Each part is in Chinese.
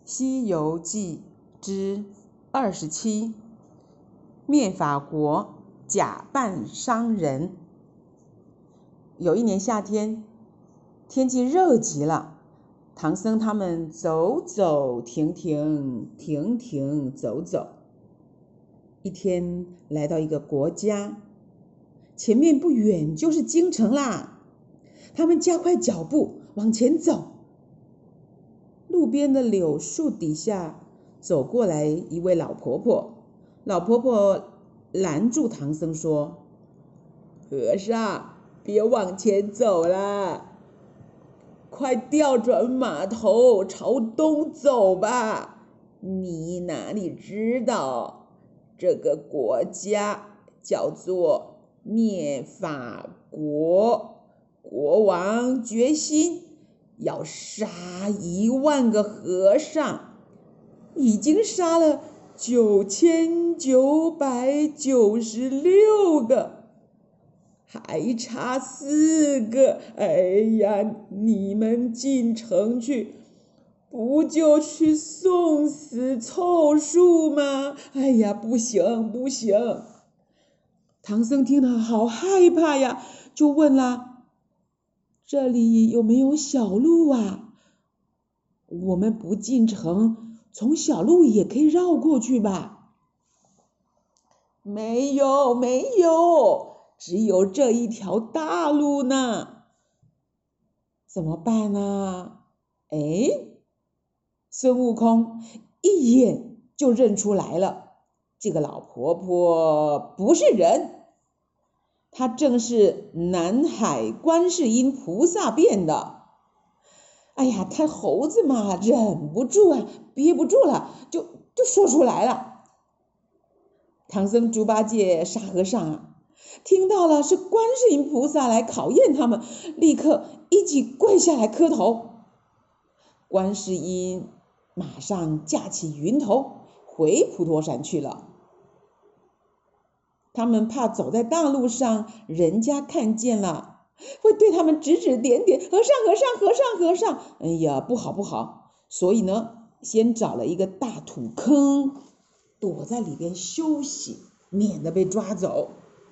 西游记之27，灭法国，假扮商人。有一年夏天，天气热极了，唐僧他们走走停停，停停走走。一天来到一个国家，前面不远就是京城啦。他们加快脚步往前走。路边的柳树底下走过来一位老婆婆，老婆婆拦住唐僧说：“和尚，别往前走啦，快调转马头朝东走吧。你哪里知道，这个国家叫做灭法国，国王决心要杀1万个和尚，已经杀了9996个，还差4个。哎呀，你们进城去，不就去送死凑数吗？哎呀，不行不行！”唐僧听得好害怕呀，就问啦：“这里有没有小路啊？我们不进城，从小路也可以绕过去吧？”“没有没有，只有这一条大路呢。”“怎么办呢？”孙悟空一眼就认出来了，这个老婆婆不是人，她正是南海观世音菩萨变的。哎呀，他猴子嘛，忍不住啊，憋不住了，就说出来了。唐僧、猪八戒、沙和尚啊，听到了是观世音菩萨来考验他们，立刻一起跪下来磕头。观世音马上驾起云头回普陀山去了。他们怕走在大路上，人家看见了，会对他们指指点点，和尚和尚和尚和尚，哎呀，不好不好！所以呢，先找了一个大土坑，躲在里边休息，免得被抓走。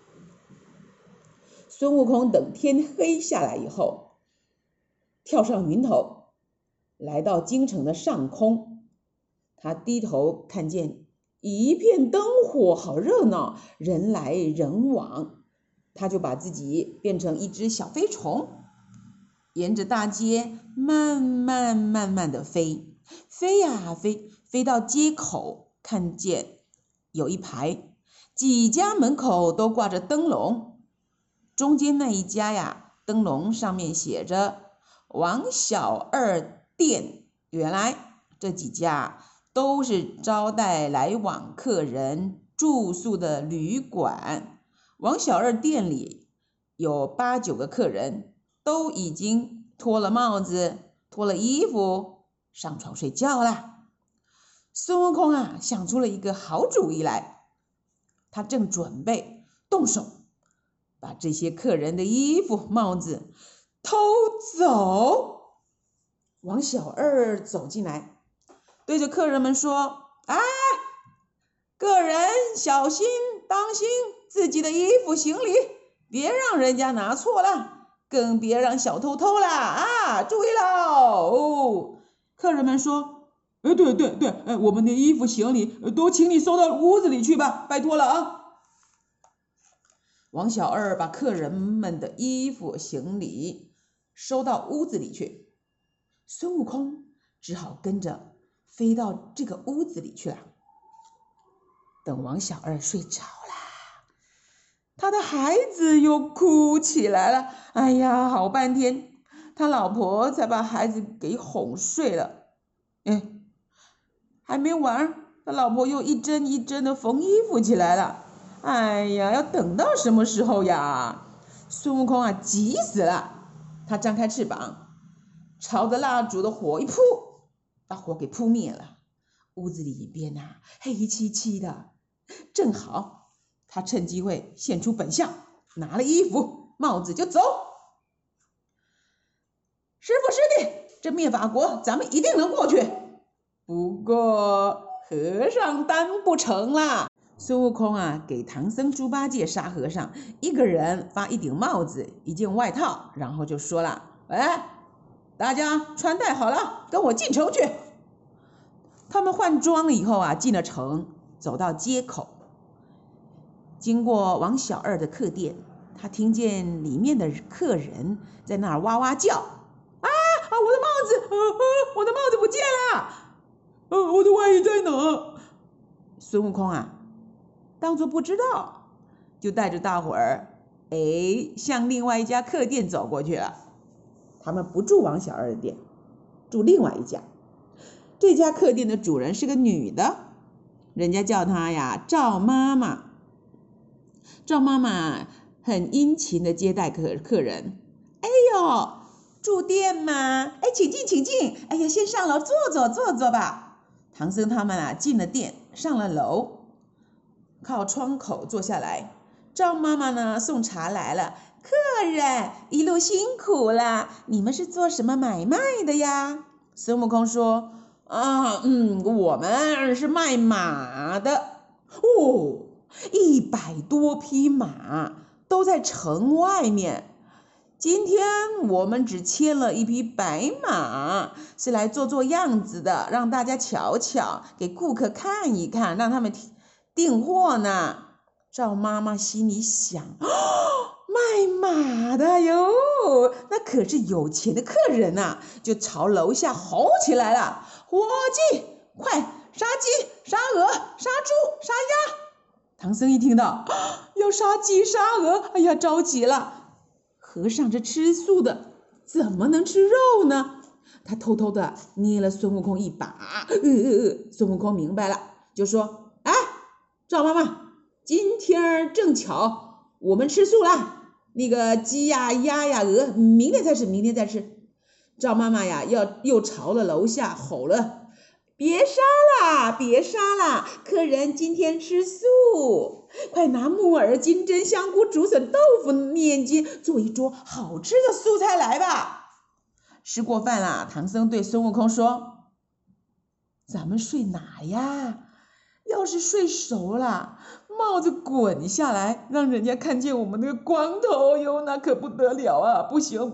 孙悟空等天黑下来以后，跳上云头，来到京城的上空。他低头看见一片灯火，好热闹，人来人往。他就把自己变成一只小飞虫，沿着大街慢慢的飞，飞呀飞，飞到街口，看见有一排几家门口都挂着灯笼，中间那一家呀，灯笼上面写着王小二店。原来这几家都是招待来往客人住宿的旅馆。王小二店里有8、9个客人，都已经脱了帽子，脱了衣服，上床睡觉啦。孙悟空啊，想出了一个好主意来，他正准备动手把这些客人的衣服、帽子偷走。王小二走进来，对着客人们说：“哎，个人小心，当心自己的衣服行李，别让人家拿错了，更别让小偷偷了啊！注意喽！”客人们说：“对，我们的衣服行李都请你收到屋子里去吧，拜托了啊！”王小二把客人们的衣服行李收到屋子里去，孙悟空只好跟着飞到这个屋子里去了。等王小二睡着了，他的孩子又哭起来了。哎呀，好半天，他老婆才把孩子给哄睡了。还没完，他老婆又一针一针的缝衣服起来了。哎呀，要等到什么时候呀？孙悟空啊，急死了。他张开翅膀，朝着蜡烛的火一扑，把火给扑灭了。屋子里边啊，黑漆漆的。正好他趁机会现出本相，拿了衣服帽子就走。师父师弟，这灭法国咱们一定能过去。 不过和尚担不成啦。孙悟空啊，给唐僧、猪八戒、沙和尚一个人发一顶帽子、一件外套，然后就说了：“哎，大家穿戴好了，跟我进城去。”他们换装以后啊，进了城，走到街口，经过王小二的客店，他听见里面的客人在那儿哇哇叫：“啊，我的帽子，我的帽子不见了！我的外衣在哪？”孙悟空啊，当作不知道，就带着大伙儿，向另外一家客店走过去了。他们不住王小二的店，住另外一家。这家客店的主人是个女的，人家叫她呀赵妈妈。赵妈妈很殷勤的接待客人。哎呦，住店吗？请进请进。哎呀，先上楼坐坐吧。唐僧他们啊进了店，上了楼，靠窗口坐下来。赵妈妈呢送茶来了。客人一路辛苦了，你们是做什么买卖的呀？孙悟空说：我们是卖马的。100多匹马都在城外面。今天我们只牵了一匹白马，是来做做样子的，让大家瞧瞧，给顾客看一看，让他们订货呢。赵妈妈心里想：卖马的哟，那可是有钱的客人啊，就朝楼下吼起来了：伙计，快杀鸡、杀鹅、杀猪、杀鸭！唐僧一听到要杀鸡杀鹅，哎呀，着急了。和尚这吃素的怎么能吃肉呢？他偷偷的捏了孙悟空一把。孙悟空明白了，就说：赵妈妈，今天正巧我们吃素啦，那个鸡呀、鸭呀、鹅，明天再吃。赵妈妈呀，又朝了楼下吼了：别杀啦！客人今天吃素，快拿木耳、金针、香菇、竹笋、豆腐、面筋做一桌好吃的素菜来吧。吃过饭啦，唐僧对孙悟空说：咱们睡哪呀？要是睡熟了，帽子滚下来，让人家看见我们那个光头哟，那可不得了啊！不行。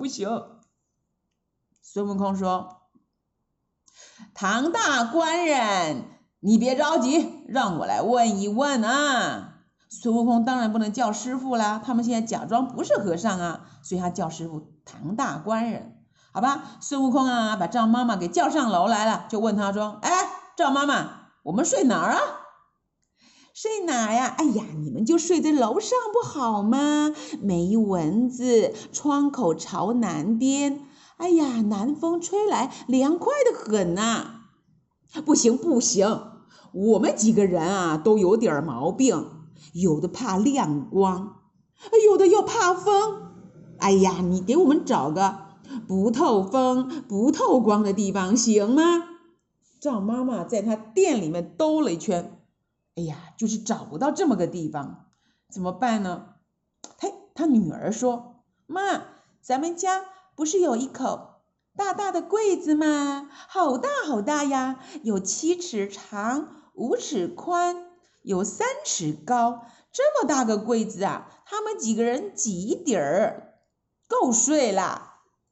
孙悟空说：唐大官人，你别着急，让我来问一问啊。孙悟空当然不能叫师傅啦，他们现在假装不是和尚啊，所以他叫师傅唐大官人。好吧，孙悟空啊，把赵妈妈给叫上楼来了，就问他说：赵妈妈，我们睡哪儿啊？睡哪呀？哎呀，你们就睡在楼上不好吗？没蚊子，窗口朝南边。哎呀，南风吹来，凉快的很呐。不行，我们几个人啊都有点毛病，有的怕亮光，有的又怕风。哎呀，你给我们找个不透风、不透光的地方行吗？赵妈妈在她店里面兜了一圈，哎呀，就是找不到这么个地方，怎么办呢？她女儿说：妈，咱们家不是有一口大大的柜子吗？好大呀，有7尺长，5尺宽，有3尺高，这么大个柜子啊，他们几个人挤一底儿够睡啦。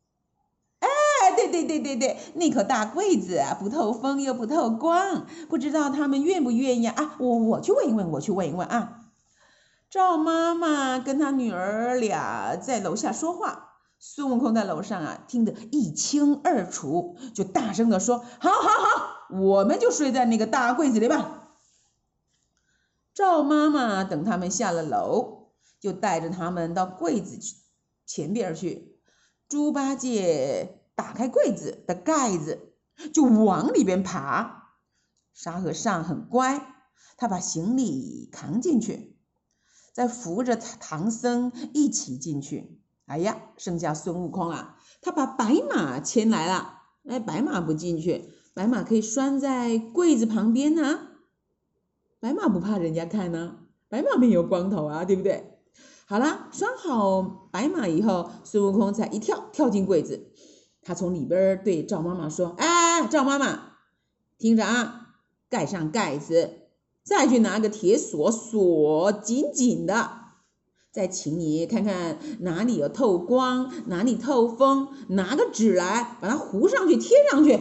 对，那口大柜子啊，不透风又不透光，不知道他们愿不愿意啊？我去问一问啊。赵妈妈跟她女儿俩在楼下说话，孙悟空在楼上啊听得一清二楚，就大声的说：好，我们就睡在那个大柜子里吧。赵妈妈等他们下了楼，就带着他们到柜子前边去。猪八戒打开柜子的盖子，就往里边爬。沙和尚很乖，他把行李扛进去，再扶着唐僧一起进去。哎呀，剩下孙悟空啊，他把白马牵来了。白马不进去，白马可以拴在柜子旁边呢。白马不怕人家看呢，白马没有光头啊，对不对？好了，拴好白马以后，孙悟空才一跳进柜子。他从里边对赵妈妈说：赵妈妈， 听着啊，盖上盖子，再去拿个铁锁锁紧紧的。再请你看看哪里有透光，哪里透风，拿个纸来把它糊上去，贴上去。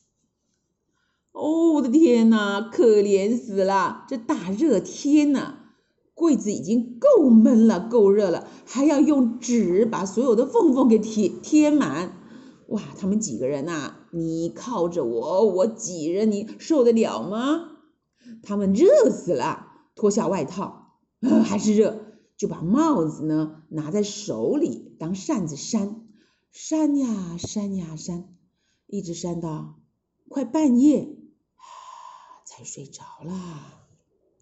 哦，我的天哪，可怜死了！这大热天呢，柜子已经够闷了，够热了，还要用纸把所有的缝缝给贴满。哇，他们几个人啊，你靠着我，我挤着你，受得了吗？他们热死了，脱下外套，还是热，就把帽子呢拿在手里当扇子扇，扇呀扇呀扇，一直扇到快半夜，才睡着了。